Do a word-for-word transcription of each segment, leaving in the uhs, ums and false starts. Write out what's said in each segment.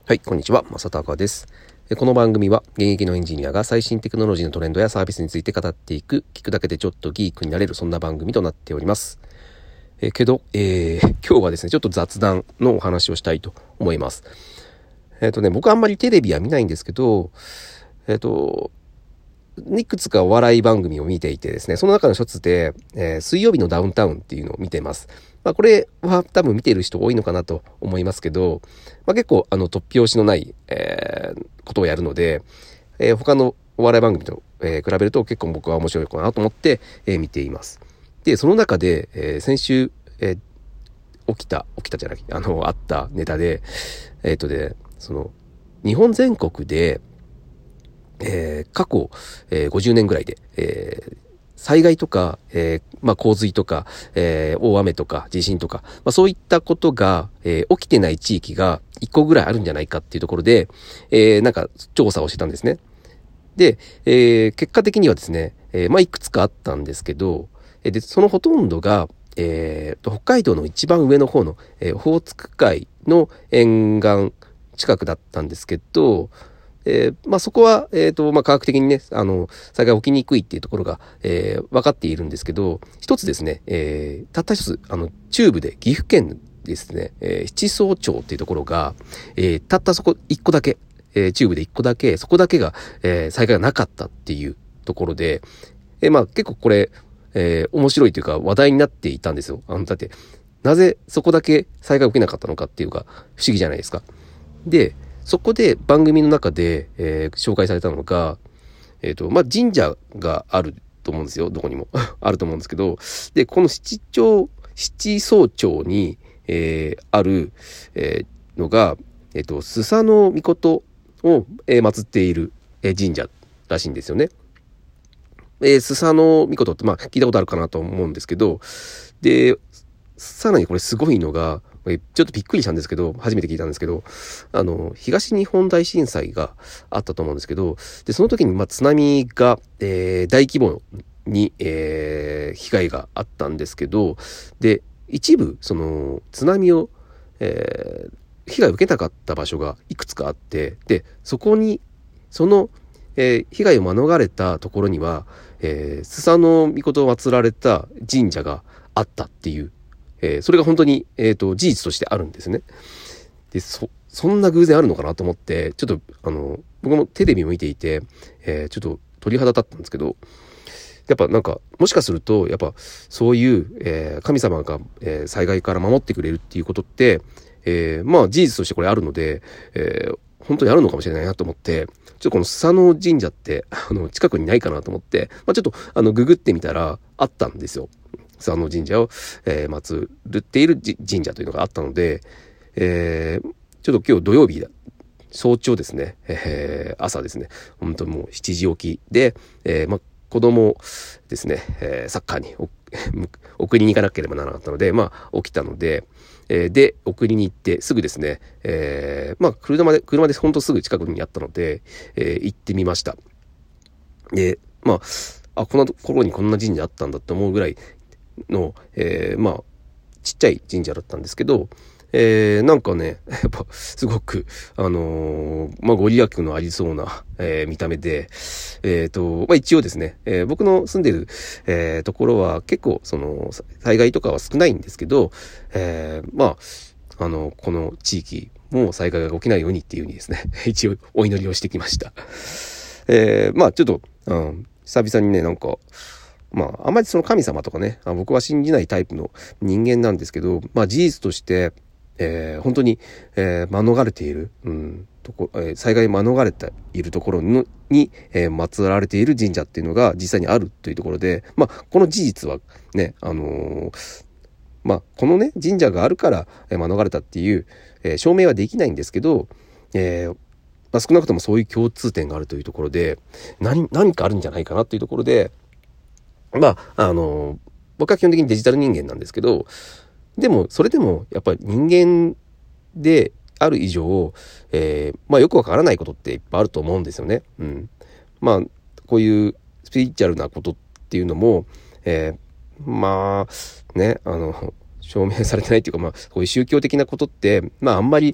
はい、こんにちは、正隆です。この番組は現役のエンジニアが最新テクノロジーのトレンドやサービスについて語っていく、聞くだけでちょっとギークになれる、そんな番組となっております。えー、けど、えー、今日はですね、ちょっと雑談のお話をしたいと思います。えっ、ー、とね、僕あんまりテレビは見ないんですけど、えっ、ー、と、いくつかお笑い番組を見ていてですね、その中の一つで、えー、水曜日のダウンタウンっていうのを見てます。まあこれは多分見ている人多いのかなと思いますけど、まあ結構あの突拍子のない、えー、ことをやるので、えー、他のお笑い番組と、えー、比べると結構僕は面白いかなと思って、えー、見ています。で、その中で、えー、先週、えー、起きた、起きたじゃなくて、あの、あったネタで、えっとで、その、日本全国で、えー、過去、えー、ごじゅうねんぐらいで、えー、災害とか、えーまあ、洪水とか、えー、大雨とか地震とか、まあ、そういったことが、えー、起きてない地域がいっこぐらいあるんじゃないかっていうところで、えー、なんか調査をしてたんですね。で、えー、結果的にはですね、えー、まあ、いくつかあったんですけど、で、そのほとんどが、えー、北海道の一番上の方の、えー、オホーツク海の沿岸近くだったんですけど、えー、まあそこは、えっと、まあ科学的にね、あの、災害起きにくいっていうところが、えー、分かっているんですけど、一つですね、えー、たった一つ、あの、中部で岐阜県ですね、えー、七総町っていうところが、えー、たったそこ一個だけ、えー、中部で一個だけ、そこだけが、えー、災害がなかったっていうところで、えー、まあ結構これ、えー、面白いというか話題になっていたんですよ。あの、だって、なぜそこだけ災害起きなかったのかっていうか、不思議じゃないですか。で、そこで番組の中で、えー、紹介されたのが、えっと、まあ、神社があると思うんですよ。どこにも。あると思うんですけど、で、この七町、七総町に、えー、ある、えー、のが、えっと、スサノオミコトを、えー、祀っている、えー、神社らしいんですよね。えー、スサノオミコトって、まあ、聞いたことあるかなと思うんですけど、で、さらにこれすごいのが、ちょっとびっくりしたんですけど、初めて聞いたんですけど、あの、東日本大震災があったと思うんですけど、で、その時に、まあ、津波が、えー、大規模に、えー、被害があったんですけど、で、一部、その、津波を、えー、被害を受けなかった場所がいくつかあって、で、そこに、その、えー、被害を免れたところには、えー、スサノオミコトを祀られた神社があったっていう、えー、それが本当に、えーと、事実としてあるんですね。で、そ、そんな偶然あるのかなと思って、ちょっと、あの、僕もテレビを見ていて、えー、ちょっと鳥肌立ったんですけど、やっぱなんか、もしかすると、やっぱ、そういう、えー、神様が、えー、災害から守ってくれるっていうことって、えー、まあ、事実としてこれあるので、えー、本当にあるのかもしれないなと思って、ちょっとこのスサノオ神社って、あの、近くにないかなと思って、まあ、ちょっと、あの、ググってみたら、あったんですよ。スサノオ神社を、えー、祀っている神社というのがあったので、えー、ちょっと今日土曜日だ。早朝ですね、えー、朝ですね、本当もうしちじ起きで、えー、まあ、子供ですね、えー、サッカーに送りに行かなければならなかったので、まあ、起きたので、えー、で、送りに行って、すぐですね、えー、まあ、車で、車でほんとすぐ近くにあったので、えー、行ってみました。で、まあ、あ、こんなところにこんな神社あったんだって思うぐらいの、えー、まあ、ちっちゃい神社だったんですけど、えー、なんかね、やっぱ、すごく、あのー、まあ、ご利益のありそうな、えー、見た目で、えっと、まあ、一応ですね、えー、僕の住んでる、えー、ところは結構、その、災害とかは少ないんですけど、えー、まあ、あの、この地域も災害が起きないようにっていう風にですね、一応お祈りをしてきました。えー、まあ、ちょっと、うん、久々にね、なんか、まあ、あまりその神様とかね、僕は信じないタイプの人間なんですけど、まあ、事実として、えー、本当に、えー、免れている、うん、とこ、えー、災害免れているところのに、えー、祀られている神社っていうのが実際にあるというところで、まあ、この事実はね、あのー、まあ、このね、神社があるから、えー、免れたっていう、えー、証明はできないんですけど、えーまあ、少なくともそういう共通点があるというところで、何、何かあるんじゃないかなというところで、まあ、あのー、僕は基本的にデジタル人間なんですけど、でも、それでも、やっぱり人間である以上、えー、まあよくわからないことっていっぱいあると思うんですよね。うん。まあ、こういうスピリチュアルなことっていうのも、えー、まあ、ね、あの、証明されてないっていうか、まあ、こういう宗教的なことって、まああんまり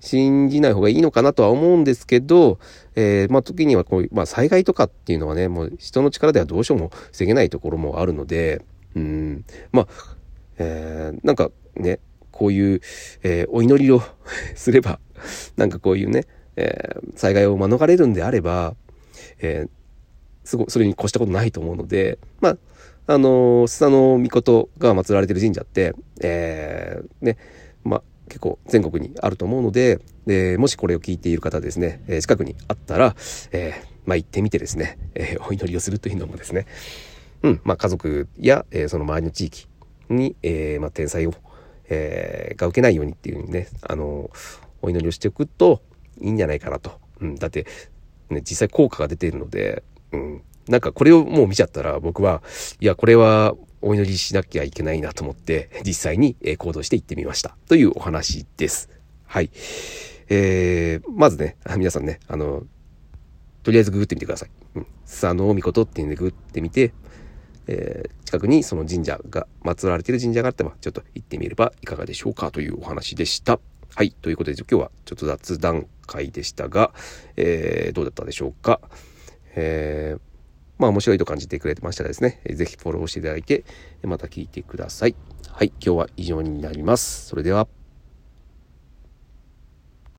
信じない方がいいのかなとは思うんですけど、えー、まあ時にはこういう、まあ災害とかっていうのはね、もう人の力ではどうしようも防げないところもあるので、うん、まあ、えー、なんかね、こういう、えー、お祈りをすれば、なんかこういうね、えー、災害を免れるんであれば、えー、すごい、それに越したことないと思うので、まあ、あのー、スサノミコトが祀られている神社って、えー、ね、まあ、結構全国にあると思うので、でもしこれを聞いている方ですね、えー、近くにあったら、えー、まあ行ってみてですね、えー、お祈りをするというのもですね、うん、まあ家族や、えー、その周りの地域に、えー、まあ天災を、えー、が受けないようにっていうね、あのー、お祈りをしておくといいんじゃないかなと。うん、だって、ね、実際効果が出ているので、うん、なんかこれをもう見ちゃったら僕はいやこれはお祈りしなきゃいけないなと思って実際に行動して行ってみましたというお話です。はい、えー、まずね皆さんねあのとりあえずググってみてください。うん、スサノオミコトっていうんでググってみて、えー、近くにその神社が祀られている神社があってもちょっと行ってみればいかがでしょうかというお話でした。はい、ということで今日はちょっと雑談会でしたが、えー、どうだったでしょうか。えー、まあ面白いと感じてくれてましたらですね、ぜひフォローしていただいてまた聞いてください。はい、今日は以上になります。それでは。